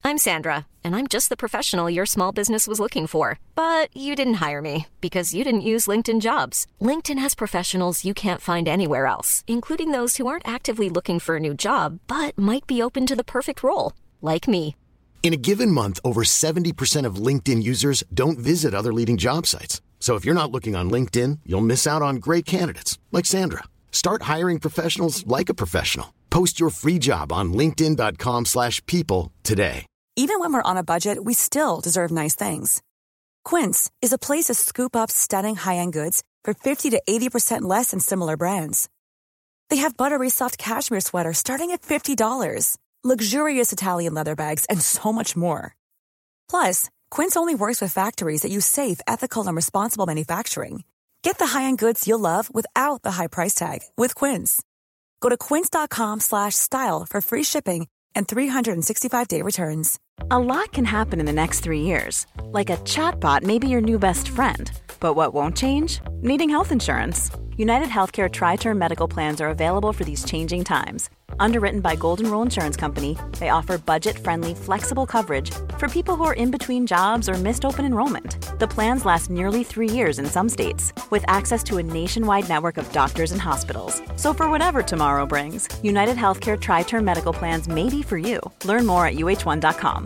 I'm Sandra, and I'm just the professional your small business was looking for. But you didn't hire me because you didn't use LinkedIn Jobs. LinkedIn has professionals you can't find anywhere else, including those who aren't actively looking for a new job, but might be open to the perfect role, like me. In a given month, over 70% of LinkedIn users don't visit other leading job sites. So if you're not looking on LinkedIn, you'll miss out on great candidates like Sandra. Start hiring professionals like a professional. Post your free job on linkedin.com/people today. Even when we're on a budget, we still deserve nice things. Quince is a place to scoop up stunning high-end goods for 50 to 80% less than similar brands. They have buttery soft cashmere sweaters starting at $50, luxurious Italian leather bags, and so much more. Plus, Quince only works with factories that use safe, ethical, and responsible manufacturing. Get the high-end goods you'll love without the high price tag with Quince. Go to quince.com/style for free shipping and 365-day returns. A lot can happen in the next 3 years. Like a chatbot may be your new best friend. But what won't change? Needing health insurance. United Healthcare Tri-Term Medical Plans are available for these changing times. Underwritten by Golden Rule Insurance Company, they offer budget-friendly, flexible coverage for people who are in between jobs or missed open enrollment. The plans last nearly 3 years in some states, with access to a nationwide network of doctors and hospitals. So for whatever tomorrow brings, United Healthcare Tri-Term Medical Plans may be for you. Learn more at uh1.com.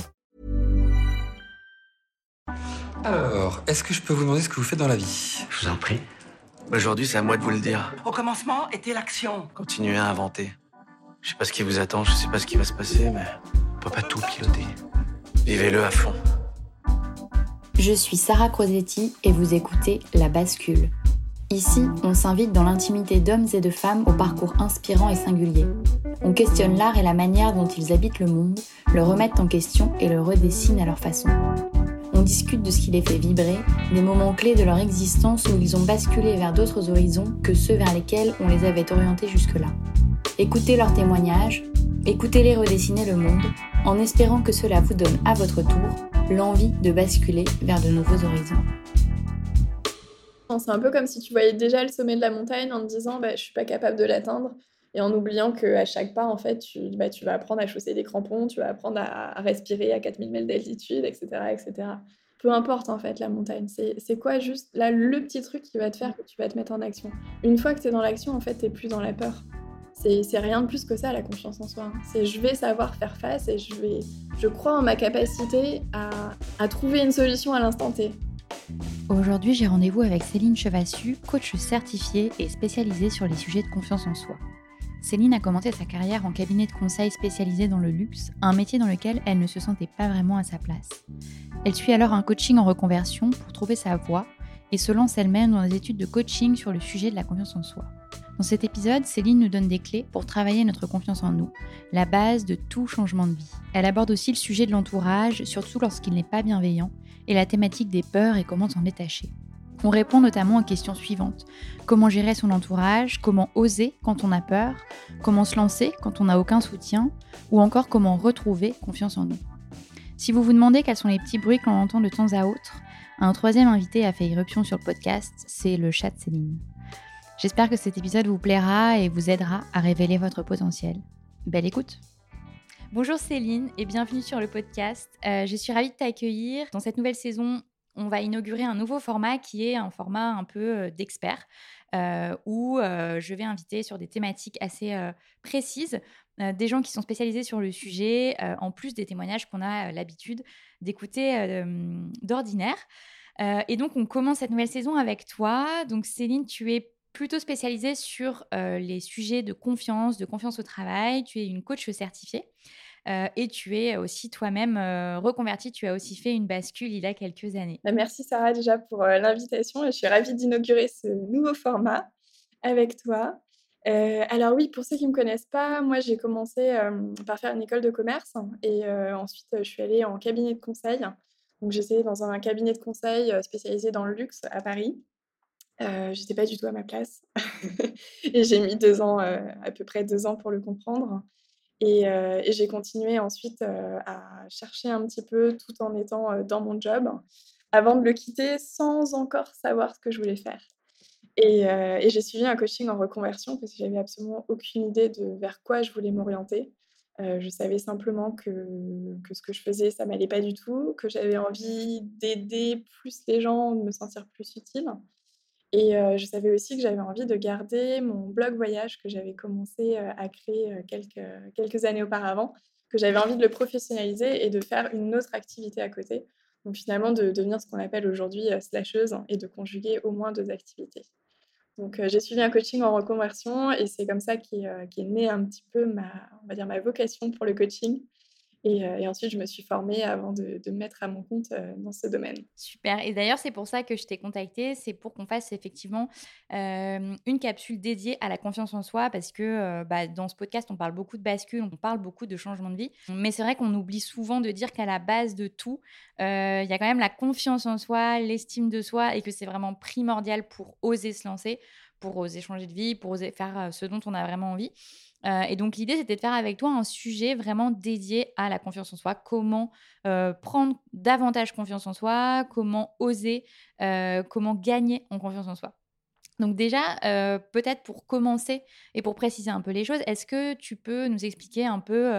Alors, est-ce que je peux vous demander ce que vous faites dans la vie ? Je vous en prie. Aujourd'hui, c'est à moi de vous le dire. Au commencement était l'action. Continuez à inventer. Je sais pas ce qui vous attend, je sais pas ce qui va se passer, mais on peut pas tout piloter. Vivez-le à fond. Je suis Sarah Crosetti et vous écoutez La Bascule. Ici, on s'invite dans l'intimité d'hommes et de femmes au parcours inspirant et singulier. On questionne l'art et la manière dont ils habitent le monde, le remettent en question et le redessinent à leur façon. On discute de ce qui les fait vibrer, des moments clés de leur existence où ils ont basculé vers d'autres horizons que ceux vers lesquels on les avait orientés jusque-là. Écoutez leurs témoignages, écoutez-les redessiner le monde, en espérant que cela vous donne à votre tour l'envie de basculer vers de nouveaux horizons. C'est un peu comme si tu voyais déjà le sommet de la montagne en te disant je suis pas capable de l'atteindre, et en oubliant qu'à chaque pas, en fait, tu vas apprendre à chausser des crampons, tu vas apprendre à respirer à 4000 mètres d'altitude, etc., etc. Peu importe, en fait, la montagne. C'est quoi, juste, là, le petit truc qui va te faire que tu vas te mettre en action. Une fois que tu es dans l'action, en fait, tu n'es plus dans la peur. C'est rien de plus que ça, la confiance en soi. C'est je vais savoir faire face et je crois en ma capacité à trouver une solution à l'instant T. Aujourd'hui, j'ai rendez-vous avec Céline Chevassus, coach certifiée et spécialisée sur les sujets de confiance en soi. Céline a commencé sa carrière en cabinet de conseil spécialisé dans le luxe, un métier dans lequel elle ne se sentait pas vraiment à sa place. Elle suit alors un coaching en reconversion pour trouver sa voie et se lance elle-même dans des études de coaching sur le sujet de la confiance en soi. Dans cet épisode, Céline nous donne des clés pour travailler notre confiance en nous, la base de tout changement de vie. Elle aborde aussi le sujet de l'entourage, surtout lorsqu'il n'est pas bienveillant, et la thématique des peurs et comment s'en détacher. On répond notamment aux questions suivantes. Comment gérer son entourage ? Comment oser quand on a peur ? Comment se lancer quand on n'a aucun soutien ? Ou encore comment retrouver confiance en nous ? Si vous vous demandez quels sont les petits bruits que l'on entend de temps à autre, un troisième invité a fait irruption sur le podcast, c'est le chat de Céline. J'espère que cet épisode vous plaira et vous aidera à révéler votre potentiel. Belle écoute! Bonjour Céline et bienvenue sur le podcast. Je suis ravie de t'accueillir. Dans cette nouvelle saison, on va inaugurer un nouveau format qui est un format un peu d'expert où je vais inviter sur des thématiques assez précises des gens qui sont spécialisés sur le sujet, en plus des témoignages qu'on a l'habitude d'écouter d'ordinaire. Et donc, on commence cette nouvelle saison avec toi. Donc, Céline, tu es plutôt spécialisée sur les sujets de confiance au travail. Tu es une coach certifiée. Et tu es aussi toi-même reconvertie. Tu as aussi fait une bascule il y a quelques années. Merci Sarah déjà pour l'invitation. Je suis ravie d'inaugurer ce nouveau format avec toi. Alors oui, pour ceux qui ne me connaissent pas, moi j'ai commencé par faire une école de commerce et ensuite je suis allée en cabinet de conseil. Donc j'étais dans un cabinet de conseil spécialisé dans le luxe à Paris. Je n'étais pas du tout à ma place et j'ai mis 2 ans, à peu près 2 ans pour le comprendre. Et j'ai continué ensuite à chercher un petit peu tout en étant dans mon job avant de le quitter sans encore savoir ce que je voulais faire. Et j'ai suivi un coaching en reconversion parce que j'avais absolument aucune idée de vers quoi je voulais m'orienter. Je savais simplement que ce que je faisais, ça m'allait pas du tout, que j'avais envie d'aider plus les gens, de me sentir plus utile et je savais aussi que j'avais envie de garder mon blog voyage que j'avais commencé, à créer, quelques années auparavant, que j'avais envie de le professionnaliser et de faire une autre activité à côté. Donc finalement de devenir ce qu'on appelle aujourd'hui, slasheuse et de conjuguer au moins 2 activités. Donc j'ai suivi un coaching en reconversion et c'est comme ça qu'est née un petit peu on va dire ma vocation pour le coaching et ensuite je me suis formée avant de me mettre à mon compte, dans ce domaine. Super. Et d'ailleurs, c'est pour ça que je t'ai contactée, c'est pour qu'on fasse effectivement, une capsule dédiée à la confiance en soi parce que, dans ce podcast, on parle beaucoup de bascule, on parle beaucoup de changement de vie. Mais c'est vrai qu'on oublie souvent de dire qu'à la base de tout, il y a quand même la confiance en soi, l'estime de soi et que c'est vraiment primordial pour oser se lancer, pour oser changer de vie, pour oser faire, ce dont on a vraiment envie. Et donc l'idée, c'était de faire avec toi un sujet vraiment dédié à la confiance en soi. Comment prendre davantage confiance en soi, comment oser, comment gagner en confiance en soi. Donc déjà, peut-être pour commencer et pour préciser un peu les choses, est-ce que tu peux nous expliquer un peu,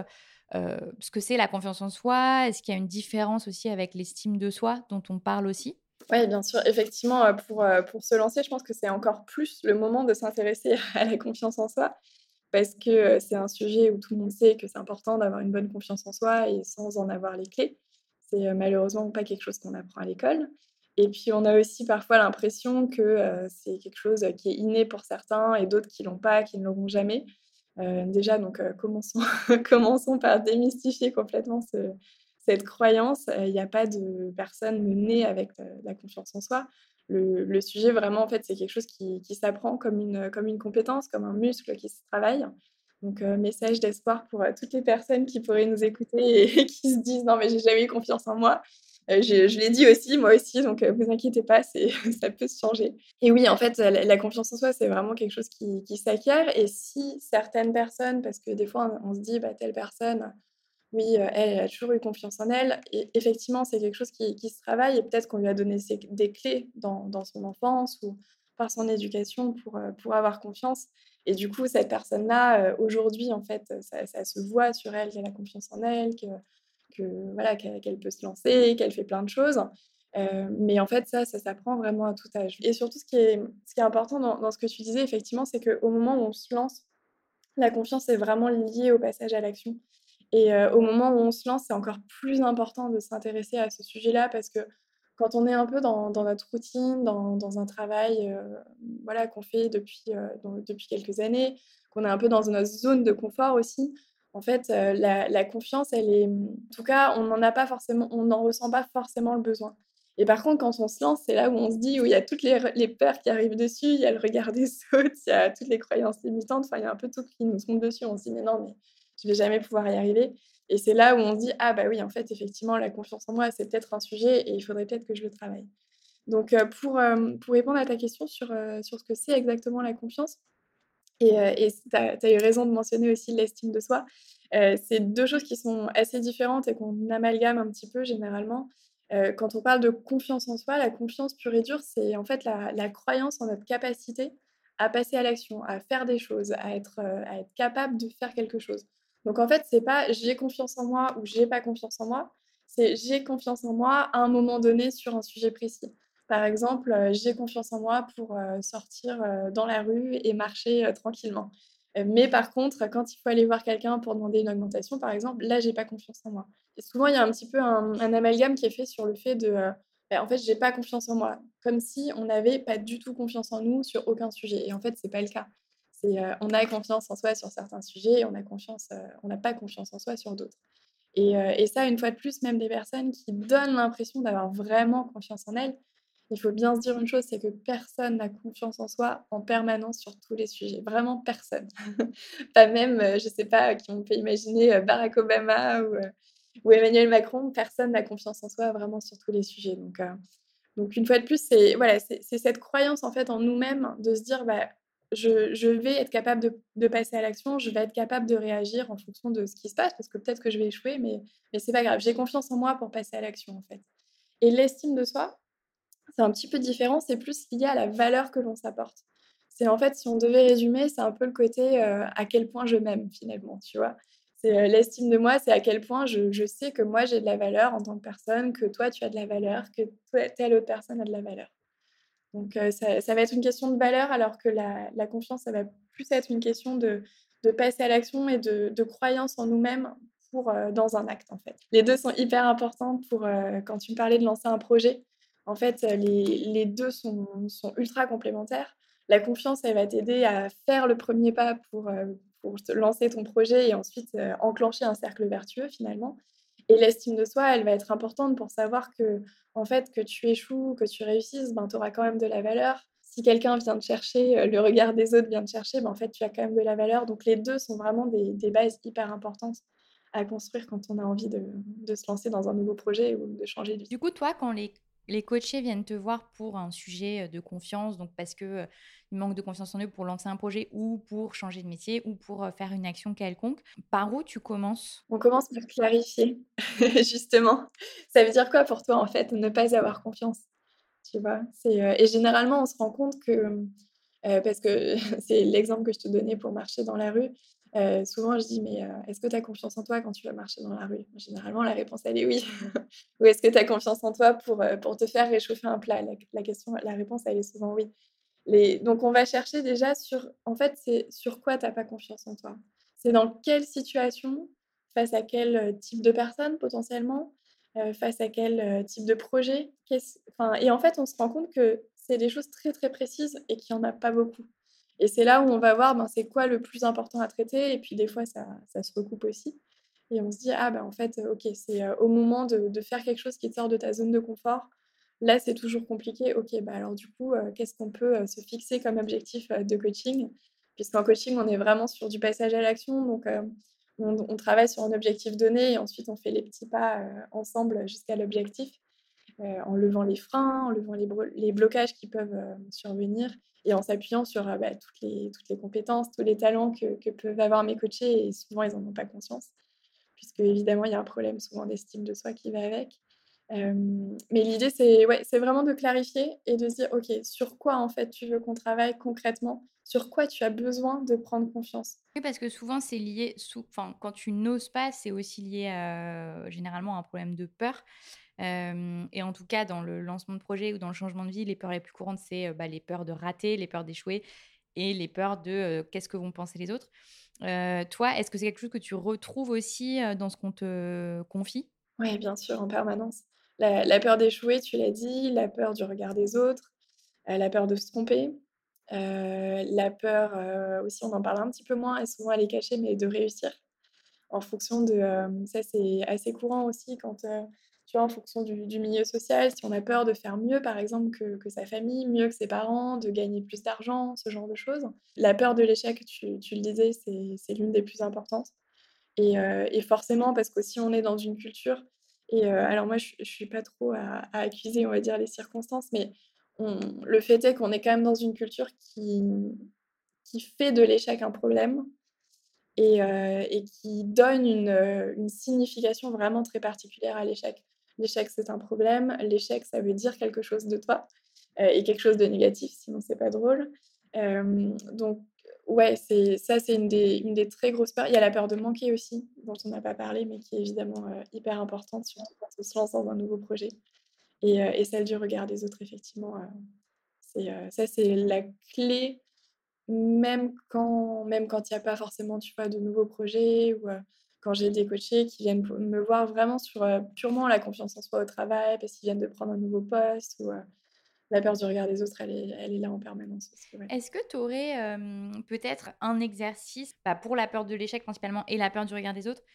ce que c'est la confiance en soi? Est-ce qu'il y a une différence aussi avec l'estime de soi dont on parle aussi? Ouais, bien sûr, effectivement, pour se lancer, je pense que c'est encore plus le moment de s'intéresser à la confiance en soi parce que, c'est un sujet où tout le monde sait que c'est important d'avoir une bonne confiance en soi et sans en avoir les clés. C'est, malheureusement pas quelque chose qu'on apprend à l'école et puis on a aussi parfois l'impression que, c'est quelque chose, qui est inné pour certains et d'autres qui l'ont pas, qui ne l'auront jamais. Déjà donc, commençons commençons par démystifier complètement cette croyance. Il y a pas de personne née avec, la confiance en soi. Le sujet vraiment, en fait, c'est quelque chose qui s'apprend comme une compétence, comme un muscle qui se travaille. Donc, message d'espoir pour, toutes les personnes qui pourraient nous écouter et qui se disent: «Non mais j'ai jamais eu confiance en moi». Je l'ai dit aussi, moi aussi, donc, vous inquiétez pas, c'est ça peut se changer. Et oui, en fait, la confiance en soi, c'est vraiment quelque chose qui s'acquiert et si certaines personnes parce que des fois on se dit: «Bah, telle personne, oui, elle a toujours eu confiance en elle» et effectivement, c'est quelque chose qui se travaille et peut-être qu'on lui a donné des clés dans son enfance ou par son éducation pour avoir confiance et du coup, cette personne-là, aujourd'hui, en fait, ça se voit sur elle qu'elle a confiance en elle, que voilà, qu'elle peut se lancer, qu'elle fait plein de choses. Mais en fait, ça s'apprend vraiment à tout âge. Et surtout, ce qui est important dans ce que tu disais, effectivement, c'est qu'au moment où on se lance, la confiance est vraiment liée au passage à l'action. Et au moment où on se lance, c'est encore plus important de s'intéresser à ce sujet-là parce que quand on est un peu dans notre routine, dans un travail, voilà, qu'on fait depuis quelques années, qu'on est un peu dans notre zone de confort aussi, en fait, la confiance, elle est, en tout cas, on n'en ressent pas forcément le besoin. Et par contre, quand on se lance, c'est là où on se dit où il y a toutes les peurs qui arrivent dessus, il y a le regard des autres, il y a toutes les croyances limitantes, enfin, il y a un peu tout qui nous tombe dessus. On se dit: «Mais non, mais je vais jamais pouvoir y arriver» et c'est là où on se dit: «Ah bah oui, en fait, effectivement, la confiance en moi, c'est peut-être un sujet et il faudrait peut-être que je le travaille». Donc pour répondre à ta question sur ce que c'est exactement la confiance et tu as eu raison de mentionner aussi l'estime de soi. C'est 2 choses qui sont assez différentes et qu'on amalgame un petit peu généralement. Quand on parle de confiance en soi, la confiance pure et dure, c'est en fait la croyance en notre capacité à passer à l'action, à faire des choses, à être capable de faire quelque chose. Donc en fait, c'est pas: «J'ai confiance en moi» ou «J'ai pas confiance en moi», c'est: «J'ai confiance en moi à un moment donné sur un sujet précis». Par exemple, j'ai confiance en moi pour, sortir, dans la rue et marcher, tranquillement. Mais par contre, quand il faut aller voir quelqu'un pour demander une augmentation, par exemple, là, j'ai pas confiance en moi. Et souvent, il y a un petit peu un amalgame qui est fait sur le fait de, en fait, j'ai pas confiance en moi. Comme si on n'avait pas du tout confiance en nous sur aucun sujet et en fait, c'est pas le cas. On a confiance en soi sur certains sujets et on n'a pas confiance en soi sur d'autres. Et ça, une fois de plus, même des personnes qui donnent l'impression d'avoir vraiment confiance en elles, il faut bien se dire une chose, c'est que personne n'a confiance en soi en permanence sur tous les sujets, vraiment personne. Pas même, je sais pas, qui on peut imaginer, Barack Obama ou Emmanuel Macron, personne n'a confiance en soi vraiment sur tous les sujets. Donc une fois de plus, c'est voilà, c'est cette croyance en fait en nous-mêmes de se dire: «Bah, je vais être capable de passer à l'action, je vais être capable de réagir en fonction de ce qui se passe parce que peut-être que je vais échouer, mais c'est pas grave, j'ai confiance en moi pour passer à l'action», en fait. Et l'estime de soi, c'est un petit peu différent, c'est plus lié à la valeur que l'on s'apporte. C'est en fait, si on devait résumer, c'est un peu le côté, à quel point je m'aime finalement, tu vois? L'estime de moi, c'est à quel point je sais que moi, j'ai de la valeur en tant que personne, que toi, tu as de la valeur, que toi telle autre personne a de la valeur. Donc ça va être une question de valeur alors que la confiance, ça va plus être une question de passer à l'action et de croyance en nous-mêmes dans un acte, en fait. Les 2 sont hyper importants quand tu me parlais de lancer un projet. En fait, les 2 sont ultra complémentaires. La confiance, elle va t'aider à faire le premier pas pour te lancer ton projet et ensuite, enclencher un cercle vertueux, finalement. Et l'estime de soi, elle va être importante pour savoir que en fait, que tu échoues, que tu réussisses, ben, tu auras quand même de la valeur. Si quelqu'un vient te chercher, le regard des autres vient te chercher, ben, en fait, tu as quand même de la valeur. Donc les 2 sont vraiment des bases hyper importantes à construire quand on a envie de se lancer dans un nouveau projet ou de changer de vie. Du coup, toi, quand les coachés viennent te voir pour un sujet de confiance, donc parce que ils manquent de confiance en eux pour lancer un projet ou pour changer de métier ou pour faire une action quelconque, par où tu commences? On commence par clarifier, justement. Ça veut dire quoi pour toi, en fait, ne pas avoir confiance? Tu vois? Et généralement, on se rend compte que, parce que c'est l'exemple que je te donnais pour marcher dans la rue. Souvent je dis: «Mais, est-ce que tu as confiance en toi quand tu vas marcher dans la rue?» Généralement, la réponse, elle est oui. Ou est-ce que tu as confiance en toi pour te faire réchauffer un plat? La réponse, elle est souvent oui. Donc on va chercher déjà en fait, c'est sur quoi tu as pas confiance en toi? C'est dans quelle situation? Face à quel, type de personne potentiellement? Face à quel, type de projet? Et en fait, on se rend compte que c'est des choses très, très précises et qu'il y en a pas beaucoup. Et c'est là où on va voir, ben, c'est quoi le plus important à traiter et puis des fois ça se recoupe aussi et on se dit: «Ah, ben en fait, OK, c'est, au moment de faire quelque chose qui te sort de ta zone de confort. Là, c'est toujours compliqué. OK, bah, alors du coup, qu'est-ce qu'on peut, se fixer comme objectif, de coaching?» Puisqu'en coaching, on est vraiment sur du passage à l'action, donc on travaille sur un objectif donné et ensuite on fait les petits pas, ensemble jusqu'à l'objectif, en levant les freins, en levant les blocages qui peuvent, survenir et en s'appuyant sur, bah, toutes les compétences, tous les talents que peuvent avoir mes coachés et souvent ils en ont pas conscience puisque évidemment il y a un problème souvent d'estime de soi qui va avec. Mais l'idée c'est ouais, c'est vraiment de clarifier et de se dire: «OK, sur quoi en fait tu veux qu'on travaille concrètement? Sur quoi tu as besoin de prendre confiance?» Oui, parce que souvent c'est lié enfin, quand tu n'oses pas, c'est aussi lié à, généralement à un problème de peur. Et en tout cas, dans le lancement de projet ou dans le changement de vie, les peurs les plus courantes, c'est, bah, les peurs de rater, les peurs d'échouer et les peurs de, qu'est-ce que vont penser les autres? Toi, est-ce que c'est quelque chose que tu retrouves aussi, dans ce qu'on te confie? Ouais, bien sûr, en permanence. La peur d'échouer, tu l'as dit, la peur du regard des autres, la peur de se tromper, la peur, aussi on en parle un petit peu moins et souvent elle est cachée, mais de réussir en fonction ça c'est assez courant aussi quand, tu vois, en fonction du milieu social, si on a peur de faire mieux par exemple que sa famille, mieux que ses parents, de gagner plus d'argent, ce genre de choses. La peur de l'échec, tu le disais, c'est l'une des plus importantes. Et forcément, parce qu'aussi on est dans une culture alors moi je suis pas trop à accuser, on va dire, les circonstances, mais le fait est qu'on est quand même dans une culture qui fait de l'échec un problème et qui donne une signification vraiment très particulière à l'échec. L'échec, c'est un problème, l'échec, ça veut dire quelque chose de toi, et quelque chose de négatif, sinon c'est pas drôle. Donc ouais, c'est une des très grosses peurs. Il y a la peur de manquer aussi, dont on n'a pas parlé, mais qui est évidemment, hyper importante, surtout quand on se lance dans un nouveau projet et celle du regard des autres effectivement, ça c'est la clé même quand il y a pas forcément, tu vois, de nouveaux projets ou, quand j'ai des coachés qui viennent me voir vraiment sur, purement la confiance en soi au travail, parce qu'ils viennent de prendre un nouveau poste ou, la peur du regard des autres, elle est là en permanence aussi, ouais. Est-ce que tu aurais, peut-être un exercice, bah, pour la peur de l'échec principalement et la peur du regard des autres,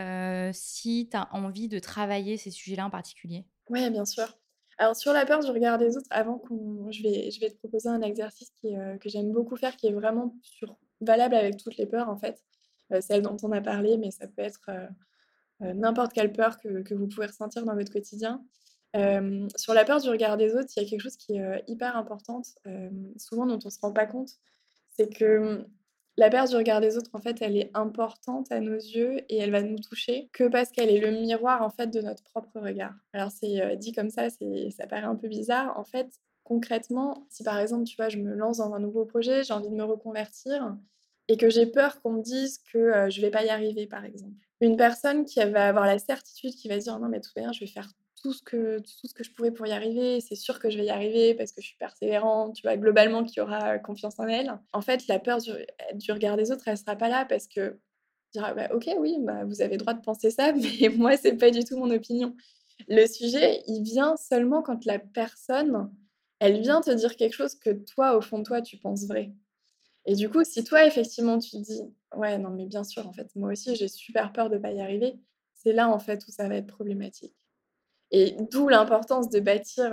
si tu as envie de travailler ces sujets-là en particulier? Ouais, bien sûr. Alors sur la peur du regard des autres, avant qu'on je vais te proposer un exercice que j'aime beaucoup faire, qui est vraiment valable avec toutes les peurs en fait, celles dont on a parlé, mais ça peut être, n'importe quelle peur que vous pouvez ressentir dans votre quotidien. Sur la peur du regard des autres, il y a quelque chose qui est, hyper importante, souvent dont on se rend pas compte. C'est que, la peur du regard des autres, en fait, elle est importante à nos yeux et elle va nous toucher que parce qu'elle est le miroir, en fait, de notre propre regard. Alors c'est, dit comme ça paraît un peu bizarre. En fait, concrètement, si par exemple, tu vois, je me lance dans un nouveau projet, j'ai envie de me reconvertir, et que j'ai peur qu'on me dise que, je vais pas y arriver, par exemple. Une personne qui va avoir la certitude, qui va se dire: «Non mais de toute manière, je vais faire tout ce que je pourrais pour y arriver, c'est sûr que je vais y arriver parce que je suis persévérante», tu vois? Globalement, qui aura, confiance en elle. En fait, la peur du regard des autres, elle sera pas là parce que dira: «Bah, OK, oui, bah, vous avez le droit de penser ça, mais moi, c'est pas du tout mon opinion». Le sujet, il vient seulement quand la personne, elle vient te dire quelque chose que toi, au fond de toi, tu penses vrai. Et du coup, si toi, effectivement, tu te dis: «Ouais, non, mais bien sûr, en fait, moi aussi, j'ai super peur de pas y arriver», c'est là, en fait, où ça va être problématique. Et d'où l'importance de bâtir,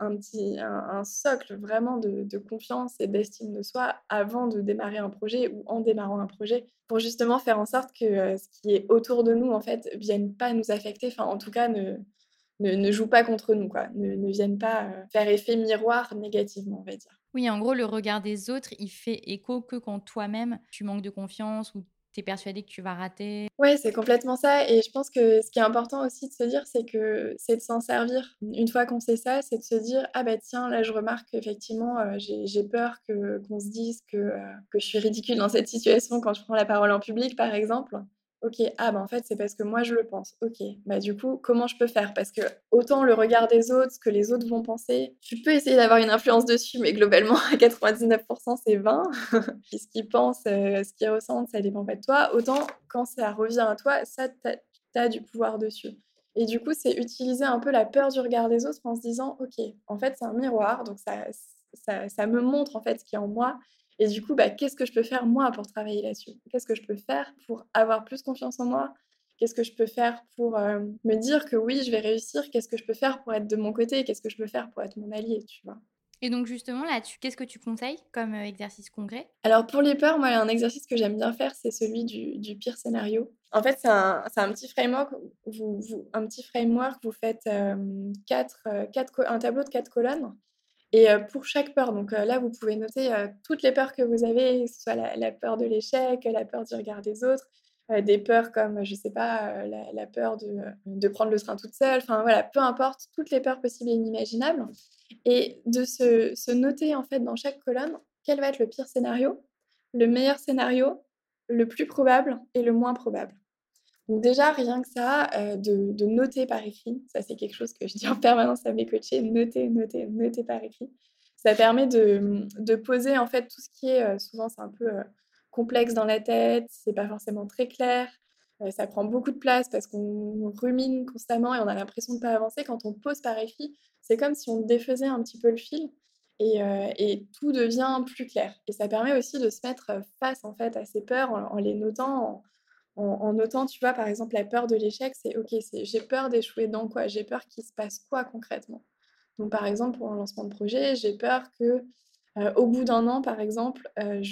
un socle vraiment de confiance et d'estime de soi avant de démarrer un projet ou en démarrant un projet, pour justement faire en sorte que, ce qui est autour de nous, en fait, vienne pas nous affecter, enfin, en tout cas, ne joue pas contre nous, quoi, ne vienne pas, faire effet miroir négativement, on va dire. Oui, en gros, le regard des autres, il fait écho que quand toi-même, tu manques de confiance ou tu es persuadé que tu vas rater. Ouais, c'est complètement ça et je pense que ce qui est important aussi de se dire, c'est de s'en servir. Une fois qu'on sait ça, c'est de se dire: «Ah bah tiens, là, je remarque qu'effectivement, j'ai peur qu'on se dise que je suis ridicule dans cette situation quand je prends la parole en public», par exemple. OK, ah bah, en fait, c'est parce que moi je le pense. OK, bah, du coup, comment je peux faire? Parce que autant le regard des autres, ce que les autres vont penser, tu peux essayer d'avoir une influence dessus, mais globalement à 99 c'est vain. Puis ce qu'ils pensent, ce qu'ils ressentent, ça dépend pas de toi. Autant quand ça revient à toi, ça, tu as du pouvoir dessus. Et du coup, c'est utiliser un peu la peur du regard des autres en se disant: «OK, en fait, c'est un miroir, donc ça me montre, en fait, ce qu'il y a en moi et du coup, bah, qu'est-ce que je peux faire moi pour travailler là-dessus? Qu'est-ce que je peux faire pour avoir plus confiance en moi? Qu'est-ce que je peux faire pour, me dire que oui, je vais réussir? Qu'est-ce que je peux faire pour être de mon côté? Qu'est-ce que je peux faire pour être mon allié?» Tu vois? Et donc justement, là-dessus, qu'est-ce que tu conseilles comme exercice concret? Alors pour les peurs, moi, il y a un exercice que j'aime bien faire, c'est celui du pire scénario. En fait, c'est un petit framework où vous faites, 4, 4 co un tableau de 4 colonnes et pour chaque peur, donc là, vous pouvez noter, toutes les peurs que vous avez, que ce soit la peur de l'échec, la peur du regard des autres, des peurs comme, je sais pas, la peur de prendre le train toute seule, enfin voilà, peu importe, toutes les peurs possibles et inimaginables et de se noter, en fait, dans chaque colonne, quel va être le pire scénario, le meilleur scénario, le plus probable et le moins probable. Donc déjà, rien que ça, de noter par écrit, ça c'est quelque chose que je dis en permanence à mes coachés: «Notez, notez, notez par écrit». Ça permet de poser en fait tout ce qui est, souvent c'est un peu, complexe dans la tête, c'est pas forcément très clair, ça prend beaucoup de place parce qu'on rumine constamment et on a l'impression de pas avancer. Quand on pose par écrit, c'est comme si on défaisait un petit peu le fil et tout devient plus clair et ça permet aussi de se mettre, face en fait à ces peurs en les notant, en notant, tu vois, par exemple, la peur de l'échec, c'est OK, c'est j'ai peur d'échouer dans quoi? J'ai peur qu'il se passe quoi concrètement? Donc par exemple, pour un lancement de projet, j'ai peur que, au bout d'un an, par exemple,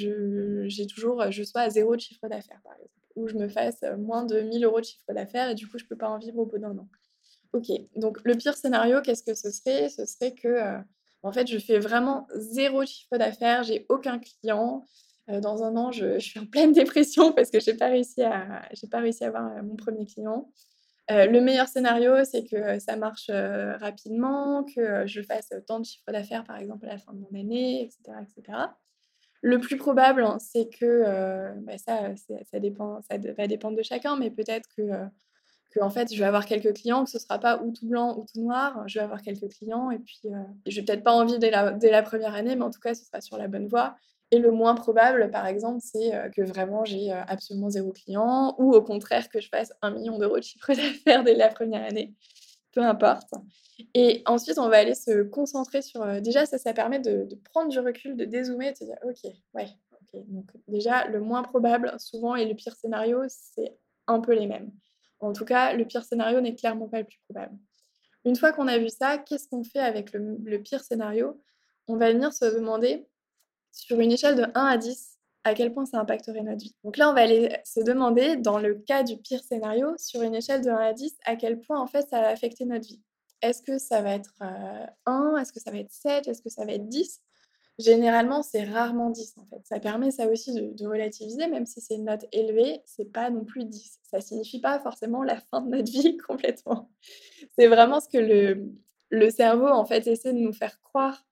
je sois à zéro de chiffre d'affaires, par exemple, ou je me fasse, moins de 1 000 € de chiffre d'affaires et du coup, je peux pas en vivre au bout d'un an. OK, donc le pire scénario, qu'est-ce que ce serait? Ce serait que, en fait, je fais vraiment zéro chiffre d'affaires, j'ai aucun client. Dans un an, je suis en pleine dépression parce que j'ai pas réussi à avoir, mon premier client. Le meilleur scénario, c'est que, ça marche, rapidement, que, je fasse, tant de chiffre d'affaires, par exemple, à la fin de mon année et cetera et cetera. Le plus probable, hein, c'est que, bah, ça dépend, va dépendre de chacun, mais peut-être que en fait, je vais avoir quelques clients, que ce sera pas ou tout blanc ou tout noir. Je vais avoir quelques clients et puis, je vais peut-être pas en vivre dès la première année, mais en tout cas, ce sera sur la bonne voie et le moins probable, par exemple, c'est, que vraiment j'ai, absolument zéro client ou au contraire que je fasse 1 million d'euros de chiffre d'affaires dès la première année, peu importe et ensuite, on va aller se concentrer sur, déjà ça permet de prendre du recul, de dézoomer et de se dire: «OK, ouais, OK». Donc déjà, le moins probable, souvent et le pire scénario, c'est un peu les mêmes. En tout cas, le pire scénario n'est clairement pas le plus probable. Une fois qu'on a vu ça, qu'est-ce qu'on fait avec le pire scénario? On va venir se demander, sur une échelle de 1 à 10, à quel point ça impacterait notre vie. Donc là, on va aller se demander, dans le cas du pire scénario, sur une échelle de 1 à 10, à quel point, en fait, ça va affecter notre vie. Est-ce que ça va être, 1? Est-ce que ça va être 7? Est-ce que ça va être 10? Généralement, c'est rarement 10 en fait. Ça permet ça aussi de relativiser, même si c'est une note élevée, c'est pas non plus 10. Ça signifie pas forcément la fin de notre vie complètement. C'est vraiment ce que le cerveau, en fait, essaie de nous faire croire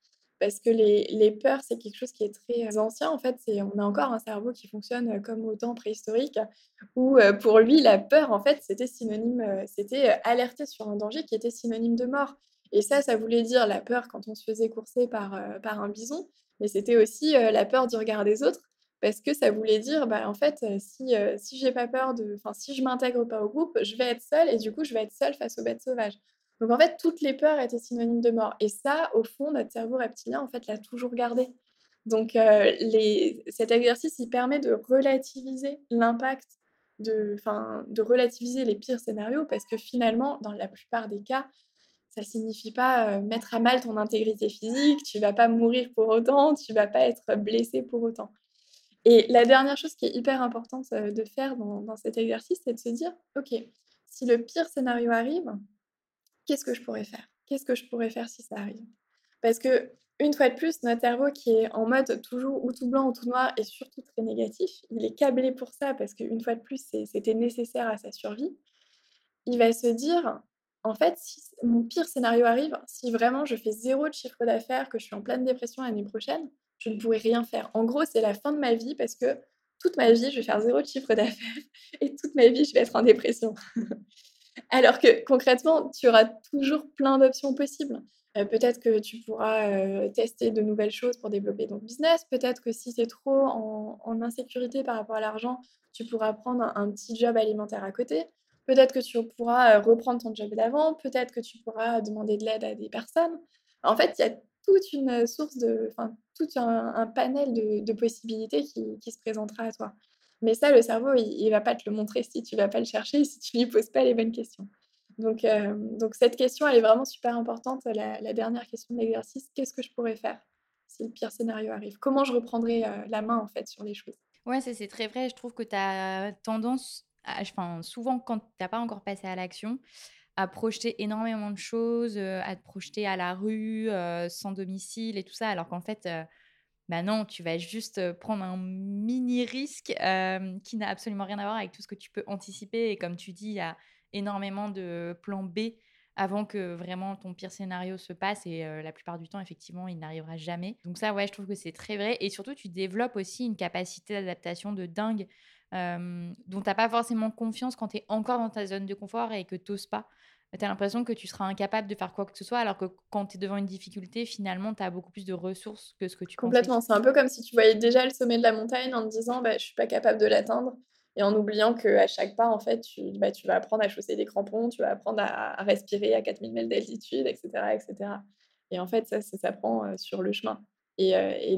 parce que les peurs, c'est quelque chose qui est très ancien. En fait, on a encore un cerveau qui fonctionne comme au temps préhistorique, où pour lui, la peur, en fait, c'était synonyme, alerter sur un danger qui était synonyme de mort. Et ça voulait dire la peur quand on se faisait courser par un bison, mais c'était aussi la peur du regard des autres, parce que ça voulait dire, bah, en fait, si j'ai pas peur si je m'intègre pas au groupe, je vais être seule et du coup, je vais être seule face aux bêtes sauvages. Donc en fait, toutes les peurs étaient synonymes de mort et ça, au fond, notre cerveau reptilien, en fait, l'a toujours gardé. Donc cet exercice, il permet de relativiser l'impact de relativiser les pires scénarios parce que finalement, dans la plupart des cas, ça signifie pas, mettre à mal ton intégrité physique, tu vas pas mourir pour autant, tu vas pas être blessé pour autant. Et la dernière chose qui est hyper importante, de faire dans cet exercice, c'est de se dire: «OK, si le pire scénario arrive, qu'est-ce que je pourrais faire? Qu'est-ce que je pourrais faire si ça arrive?» Parce qu'une fois de plus, notre cerveau qui est en mode toujours ou tout blanc ou tout noir et surtout très négatif, il est câblé pour ça parce qu'une fois de plus, c'était nécessaire à sa survie. Il va se dire: «En fait, si mon pire scénario arrive, si vraiment je fais zéro de chiffre d'affaires, que je suis en pleine dépression l'année prochaine, je ne pourrai rien faire. En gros, c'est la fin de ma vie parce que toute ma vie, je vais faire zéro de chiffre d'affaires et toute ma vie, je vais être en dépression». Alors que concrètement, tu auras toujours plein d'options possibles. Peut-être que tu pourras, tester de nouvelles choses pour développer ton business. Peut-être que si tu es trop en insécurité par rapport à l'argent, tu pourras prendre un petit job alimentaire à côté. Peut-être que tu pourras, reprendre ton job d'avant. Peut-être que tu pourras demander de l'aide à des personnes. En fait, il y a toute une, source tout un panel de possibilités qui se présentera à toi. Mais ça, le cerveau, il va pas te le montrer si tu vas pas le chercher, si tu lui poses pas les bonnes questions. Donc cette question, elle est vraiment super importante, la dernière question de l'exercice: «Qu'est-ce que je pourrais faire si le pire scénario arrive? Comment je reprendrai, la main, en fait, sur les choses?» Ouais, c'est très vrai. Je trouve que tu as tendance souvent quand tu pas encore passé à l'action, à projeter énormément de choses, à te projeter à la rue, sans domicile et tout ça, alors qu'en fait, bah, non, tu vas juste, prendre un mini risque, qui n'a absolument rien à voir avec tout ce que tu peux anticiper et comme tu dis, il y a énormément de plans B avant que vraiment ton pire scénario se passe et la plupart du temps, effectivement, il n'arrivera jamais. Donc ça, ouais, je trouve que c'est très vrai et surtout, tu développes aussi une capacité d'adaptation de dingue, dont tu as pas forcément confiance quand tu es encore dans ta zone de confort et que tu oses pas. Tu as l'impression que tu seras incapable de faire quoi que ce soit alors que quand tu es devant une difficulté, finalement, tu as beaucoup plus de ressources que ce que tu pensais. Complètement, c'est un peu comme si tu voyais déjà le sommet de la montagne en te disant: «Bah, je suis pas capable de l'atteindre» et en oubliant qu'à chaque pas, en fait, tu vas apprendre à chausser des crampons, tu vas apprendre à respirer à 4000 mètres d'altitude et cetera et cetera et en fait, ça s'apprend, sur le chemin et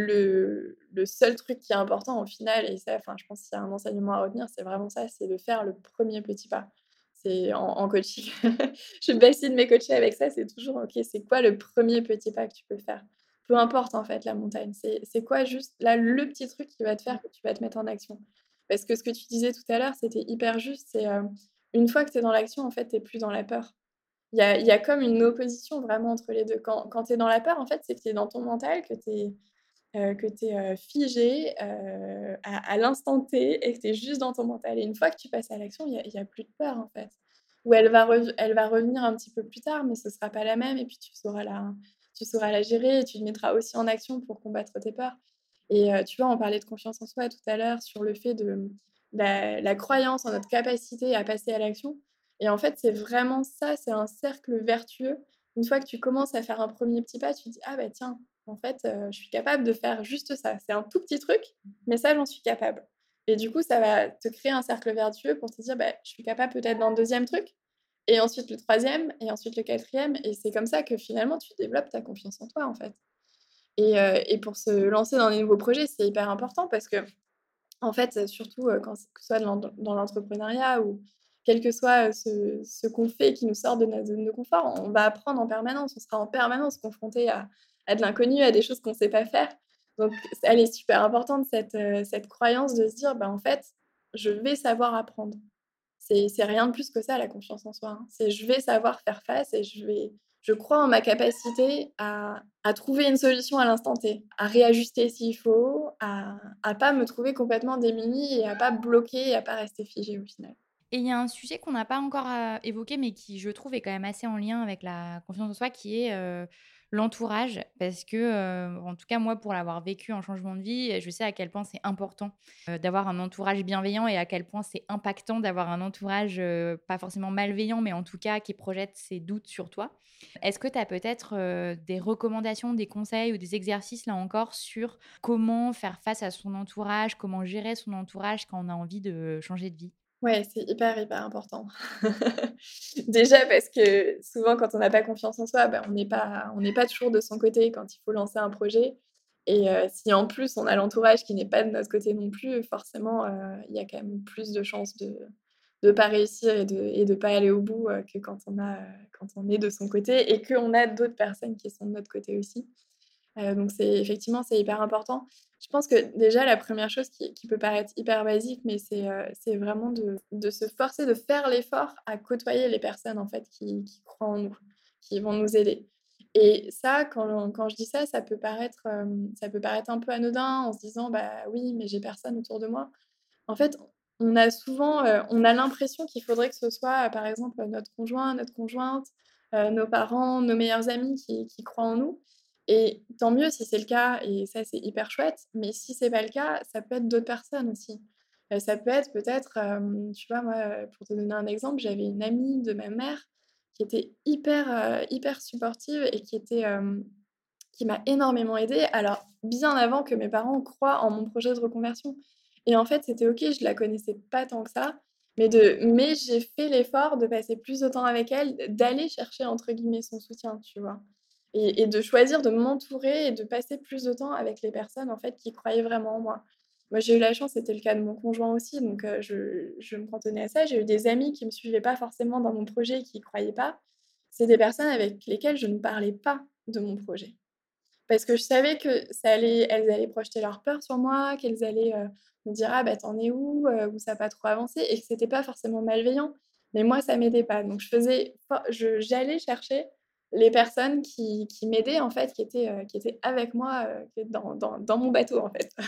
le seul truc qui est important au final et ça, enfin, je pense qu'il y a un enseignement à retenir, c'est vraiment ça, c'est de faire le premier petit pas. C'est en coaching, je bassine mes coachés avec ça, c'est toujours: «OK, c'est quoi le premier petit pas que tu peux faire?» Peu importe en fait la montagne, c'est quoi juste là le petit truc qui va te faire que tu vas te mettre en action? Parce que ce que tu disais tout à l'heure, c'était hyper juste, une fois que tu es dans l'action, en fait, tu es plus dans la peur. Il y a comme une opposition vraiment entre les 2. Quand tu es dans la peur, en fait, c'est que tu es dans ton mental, que tu es figé, à l'instant T et que tu es juste dans ton mental et une fois que tu passes à l'action, il y a plus de peur, en fait. Ou elle va revenir un petit peu plus tard, mais ce sera pas la même et puis tu sauras la gérer et tu te mettras aussi en action pour combattre tes peurs et tu vois, on parlait de confiance en soi tout à l'heure sur le fait de la croyance en notre capacité à passer à l'action et en fait, c'est vraiment ça, c'est un cercle vertueux. Une fois que tu commences à faire un premier petit pas, tu te dis: «Ah bah tiens, en fait, je suis capable de faire juste ça. C'est un tout petit truc, mais ça, j'en suis capable» et du coup, ça va te créer un cercle vertueux pour te dire: «Bah, je suis capable peut-être d'un deuxième truc et ensuite le troisième et ensuite le quatrième et c'est comme ça que finalement tu développes ta confiance en toi, en fait et pour se lancer dans des nouveaux projets, c'est hyper important parce que en fait, surtout, que ce soit dans l'entrepreneuriat ou quel que soit, ce qu'on fait qui nous sort de notre zone de confort, on va apprendre en permanence. On sera en permanence confronté à de l'inconnu, à des choses qu'on ne sait pas faire. Donc elle est super importante cette croyance de se dire: «Bah, en fait, je vais savoir apprendre». C'est rien de plus que ça la confiance en soi, hein. C'est je vais savoir faire face et je crois en ma capacité à trouver une solution à l'instant T, à réajuster s'il faut, à pas me trouver complètement démunie et à pas bloquer et à pas rester figée au final. Et il y a un sujet qu'on n'a pas encore, évoqué, mais qui, je trouve, est quand même assez en lien avec la confiance en soi, qui est, l'entourage parce que, en tout cas moi pour l'avoir vécu en changement de vie, je sais à quel point c'est important, d'avoir un entourage bienveillant et à quel point c'est impactant d'avoir un entourage, pas forcément malveillant, mais en tout cas qui projette ses doutes sur toi. Est-ce que tu as peut-être, des recommandations, des conseils ou des exercices là encore sur comment faire face à son entourage, comment gérer son entourage quand on a envie de changer de vie? Ouais, c'est hyper, hyper important. Déjà parce que souvent quand on n'a pas confiance en soi, bah, on n'est pas toujours de son côté quand il faut lancer un projet et si en plus on a l'entourage qui n'est pas de notre côté non plus, forcément, il y a quand même plus de chances de pas réussir et de pas aller au bout, que quand on est de son côté et qu'on a d'autres personnes qui sont de notre côté aussi. Donc c'est hyper important. Je pense que déjà la première chose qui peut paraître hyper basique, mais c'est vraiment de se forcer, de faire l'effort à côtoyer les personnes en fait qui croient en nous, qui vont nous aider. Et ça, quand je dis ça, ça peut paraître un peu anodin en se disant: «Bah oui, mais j'ai personne autour de moi». En fait, on a l'impression qu'il faudrait que ce soit, par exemple, notre conjoint, notre conjointe, nos parents, nos meilleurs amis qui croient en nous et tant mieux si c'est le cas et ça, c'est hyper chouette, mais si c'est pas le cas, ça peut être d'autres personnes aussi. Ça peut être peut-être, tu vois, moi, pour te donner un exemple, j'avais une amie de ma mère qui était hyper supportive et qui m'a énormément aidée, alors bien avant que mes parents croient en mon projet de reconversion. Et en fait, c'était OK, je la connaissais pas tant que ça, mais j'ai fait l'effort de passer plus de temps avec elle, d'aller chercher entre guillemets «son soutien», tu vois? Et de choisir de m'entourer et de passer plus de temps avec les personnes, en fait, qui croyaient vraiment en moi. Moi, j'ai eu la chance, c'était le cas de mon conjoint aussi, donc je me cantonnais à ça. J'ai eu des amis qui me suivaient pas forcément dans mon projet, qui y croyaient pas. C'est des personnes avec lesquelles je ne parlais pas de mon projet. Parce que je savais que elles allaient projeter leur peur sur moi, qu'elles allaient, me dire: «Ah bah, tu en es où ça a pas trop avancé?» et que c'était pas forcément malveillant, mais moi ça m'aidait pas. Donc j'allais chercher les personnes qui m'aidaient en fait, qui étaient avec moi, qui étaient dans mon bateau en fait.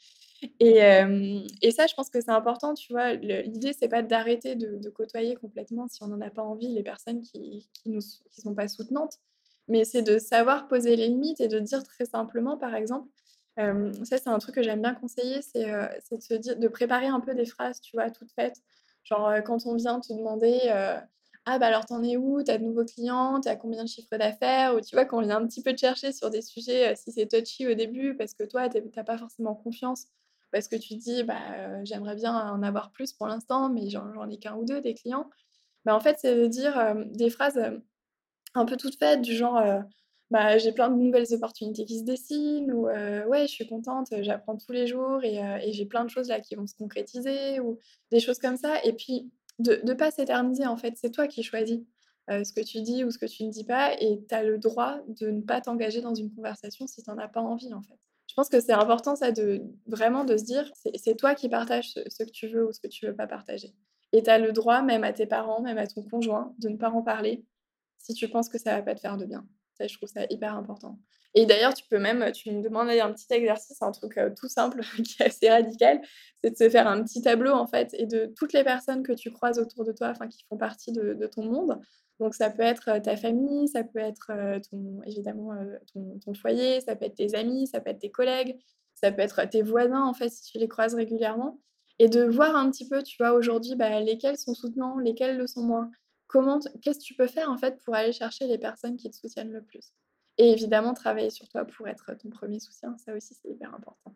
Et ça je pense que c'est important, tu vois? L'idée c'est pas d'arrêter de côtoyer complètement si on en a pas envie les personnes qui sont pas soutenantes, mais c'est de savoir poser les limites et de dire très simplement, par exemple, ça c'est un truc que j'aime bien conseiller, c'est de se dire de préparer un peu des phrases, tu vois, toutes faites. Genre, quand on vient te demander, «Ah bah alors t'en es où? Tu as de nouveaux clients? Tu as combien de chiffre d'affaires?» ou tu vois, quand on vient un petit peu te chercher sur des sujets, si c'est touchy au début parce que toi tu pas forcément confiance, parce que tu te dis: «Bah, j'aimerais bien en avoir plus pour l'instant, mais j'en ai qu'un ou 2 des clients». Bah, en fait, c'est de dire, des phrases, un peu toutes faites du genre, bah, j'ai plein de nouvelles opportunités qui se dessinent ou, ouais, je suis contente, j'apprends tous les jours et j'ai plein de choses là qui vont se concrétiser ou des choses comme ça et puis de pas s'éterniser en fait. C'est toi qui choisis, ce que tu dis ou ce que tu ne dis pas et tu as le droit de ne pas t'engager dans une conversation si tu en as pas envie en fait. Je pense que c'est important ça de vraiment de se dire: «C'est toi qui partages ce que tu veux ou ce que tu veux pas partager» et tu as le droit, même à tes parents, même à ton conjoint, de ne pas en parler si tu penses que ça va pas te faire de bien. Ça, je trouve ça hyper important. Et d'ailleurs, tu me demandais un petit exercice, un truc, tout simple qui est assez radical, c'est de se faire un petit tableau, en fait et de toutes les personnes que tu croises autour de toi, enfin qui font partie de ton monde. Donc ça peut être, ta famille, ça peut être, ton évidemment, ton foyer, ça peut être tes amis, ça peut être tes collègues, ça peut être tes voisins, en fait, si tu les croises régulièrement et de voir un petit peu, tu vois, aujourd'hui, bah, lesquels sont soutenants, lesquels le sont moins. Qu'est-ce que tu peux faire, en fait, pour aller chercher les personnes qui te soutiennent le plus? Et évidemment, travailler sur toi pour être ton premier soutien, ça aussi, c'est hyper important.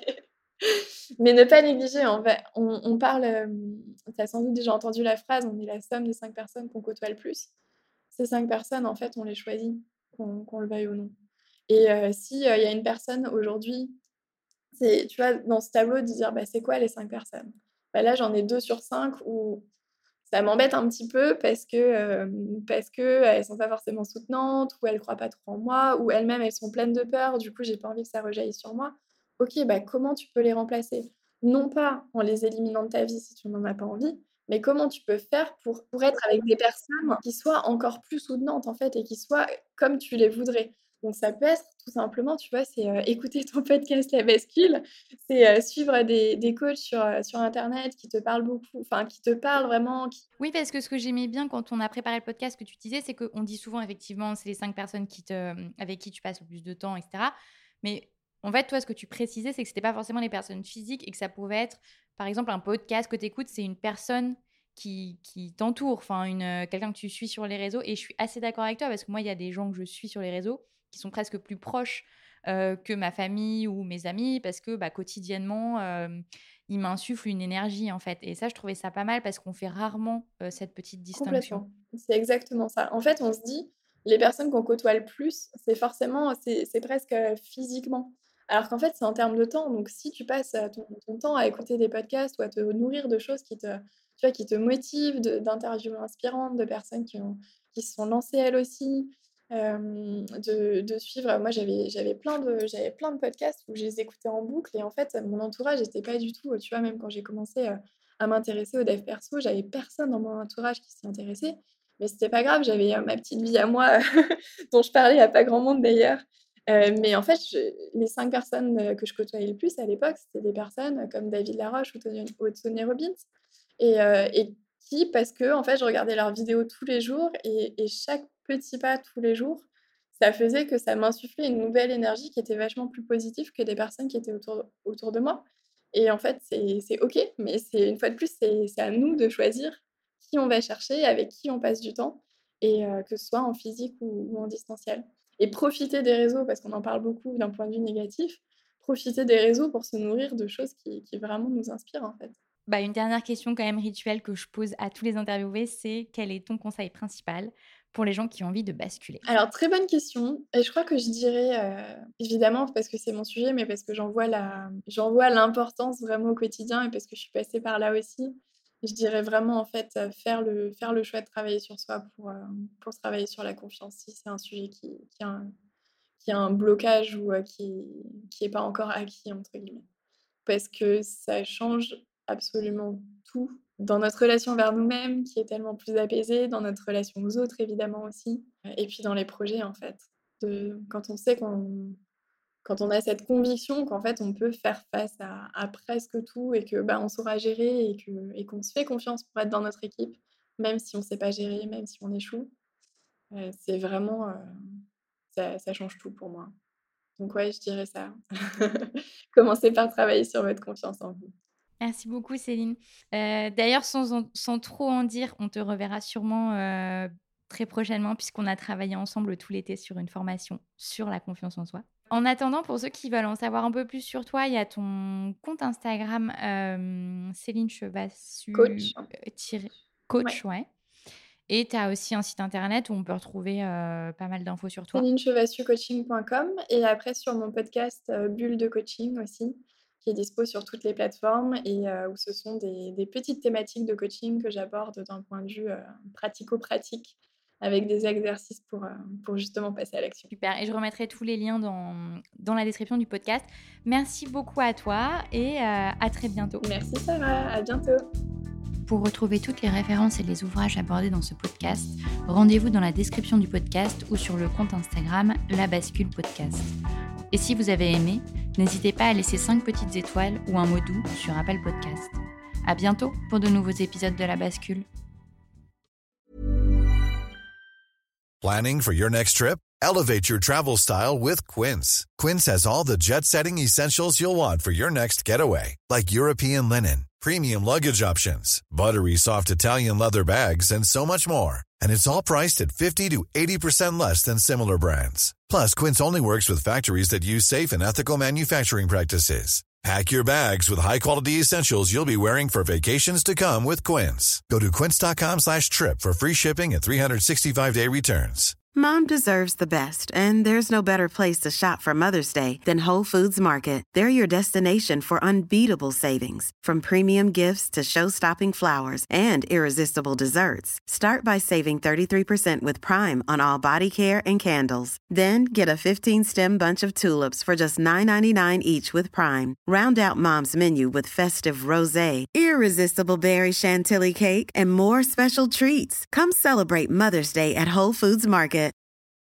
Mais ne pas négliger, en vrai, on parle, tu as sans doute déjà entendu la phrase: «On est la somme des 5 personnes qu'on côtoie le plus». Ces 5 personnes, en fait, on les choisit, qu'on le veuille ou non. Et si, il y a une personne aujourd'hui, c'est tu vois, dans ce tableau, de dire: «Bah, c'est quoi les 5 personnes?» Bah, là, j'en ai 2 sur 5 où ça m'embête un petit peu parce qu'elles sont pas forcément soutenantes ou elles croient pas trop en moi ou elles-mêmes, elles sont pleines de peur, du coup, j'ai pas envie que ça rejaillisse sur moi. OK, bah, comment tu peux les remplacer? Non pas en les éliminant de ta vie si tu n'en as pas envie, mais comment tu peux faire pour être avec des personnes qui soient encore plus soutenantes, en fait et qui soient comme tu les voudrais? Donc ça peut être tout simplement, tu vois, c'est, écouter ton podcast La Bascule, c'est, suivre des coachs sur internet qui te parlent beaucoup, enfin qui te parlent vraiment, qui Oui, parce que ce que j'aimais bien quand on a préparé le podcast que tu disais, c'est qu'on dit souvent effectivement, c'est les 5 personnes avec qui tu passes le plus de temps, et cetera. Mais en fait, toi, ce que tu précisais, c'est que c'était pas forcément les personnes physiques et que ça pouvait être, par exemple, un podcast que tu écoutes, c'est une personne qui t'entoure, enfin quelqu'un que tu suis sur les réseaux. Et je suis assez d'accord avec toi parce que moi, il y a des gens que je suis sur les réseaux qui sont presque plus proches que ma famille ou mes amis parce que quotidiennement, ils m'insufflent une énergie en fait. Et ça, je trouvais ça pas mal parce qu'on fait rarement cette petite distinction. complètement. C'est exactement ça. En fait, on se dit, les personnes qu'on côtoie le plus, c'est forcément c'est presque, physiquement. Alors qu'en fait, c'est en termes de temps. Donc si tu passes, ton temps à écouter des podcasts ou à te nourrir de choses tu vois, qui te motivent, d'interviews inspirantes, de personnes qui se sont lancées elles aussi, de suivre moi j'avais plein de podcasts où je les écoutais en boucle et en fait, mon entourage n'était pas du tout, tu vois, même quand j'ai commencé, à m'intéresser au dev perso, j'avais personne dans mon entourage qui s'y intéressait. Mais c'était pas grave, j'avais, ma petite vie à moi, dont je parlais à pas grand monde d'ailleurs. Mais en fait, les 5 personnes, que je côtoyais le plus à l'époque, c'était des personnes comme David Laroche ou Tony Robbins et qui parce que en fait, je regardais leurs vidéos tous les jours et chaque petit pas tous les jours, ça faisait que ça m'insufflait une nouvelle énergie qui était vachement plus positive que des personnes qui étaient autour de moi. Et en fait, c'est OK, mais c'est une fois de plus, c'est à nous de choisir qui on va chercher, avec qui on passe du temps et que ce soit en physique ou en distanciel. Et profiter des réseaux, parce qu'on en parle beaucoup d'un point de vue négatif, profiter des réseaux pour se nourrir de choses qui vraiment nous inspirent, en fait. Une dernière question quand même rituelle que je pose à tous les interviewés, c'est quel est ton conseil principal pour les gens qui ont envie de basculer? Alors, très bonne question et je crois que je dirais, évidemment parce que c'est mon sujet, mais parce que j'en vois l'importance vraiment au quotidien et parce que je suis passée par là aussi. Je dirais vraiment, en fait, faire le choix de travailler sur soi pour travailler sur la confiance, si c'est un sujet qui a un blocage ou qui est pas encore «acquis» entre guillemets. Parce que ça change absolument tout dans notre relation vers nous-mêmes qui est tellement plus apaisée, dans notre relation aux autres évidemment aussi, et puis dans les projets en fait. Quand on sait quand on a cette conviction qu'en fait on peut faire face à presque tout et que, on saura gérer et qu'on se fait confiance pour être dans notre équipe, même si on ne sait pas gérer, même si on échoue, c'est vraiment, ça change tout pour moi. Donc ouais, je dirais ça. Commencez par travailler sur votre confiance en vous. Merci beaucoup Céline. D'ailleurs sans trop en dire, on te reverra sûrement, très prochainement puisqu'on a travaillé ensemble tout l'été sur une formation sur la confiance en soi. En attendant, pour ceux qui veulent en savoir un peu plus sur toi, il y a ton compte Instagram, Céline Chevassu, Coach. coach, Ouais. ouais. Et tu as aussi un site internet où on peut retrouver, pas mal d'infos sur toi. CélineChevassuCoaching.com et après sur mon podcast, Bulle de coaching aussi, qui est dispo sur toutes les plateformes et où ce sont des petites thématiques de coaching que j'aborde d'un point de vue, pratico-pratique avec des exercices pour justement passer à l'action. Super, et je remettrai tous les liens dans la description du podcast. Merci beaucoup à toi et à très bientôt. Merci Sarah, à bientôt. Pour retrouver toutes les références et les ouvrages abordés dans ce podcast, rendez-vous dans la description du podcast ou sur le compte Instagram La Bascule Podcast. Et si vous avez aimé, n'hésitez pas à laisser 5 petites étoiles ou un mot doux sur Apple Podcast. À bientôt pour de nouveaux épisodes de La Bascule. Planning for your next trip? Elevate your travel style with Quince. Quince has all the jet-setting essentials you'll want for your next getaway, like European linen, premium luggage options, buttery soft Italian leather bags, and so much more. And it's all priced at 50 to 80% less than similar brands. Plus, Quince only works with factories that use safe and ethical manufacturing practices. Pack your bags with high-quality essentials you'll be wearing for vacations to come with Quince. Go to quince.com/trip for free shipping and 365-day returns. Mom deserves the best, and there's no better place to shop for Mother's Day than Whole Foods Market. They're your destination for unbeatable savings, from premium gifts to show-stopping flowers and irresistible desserts. Start by saving 33% with Prime on all body care and candles. Then get a 15-stem bunch of tulips for just $9.99 each with Prime. Round out Mom's menu with festive rosé, irresistible berry chantilly cake, and more special treats. Come celebrate Mother's Day at Whole Foods Market.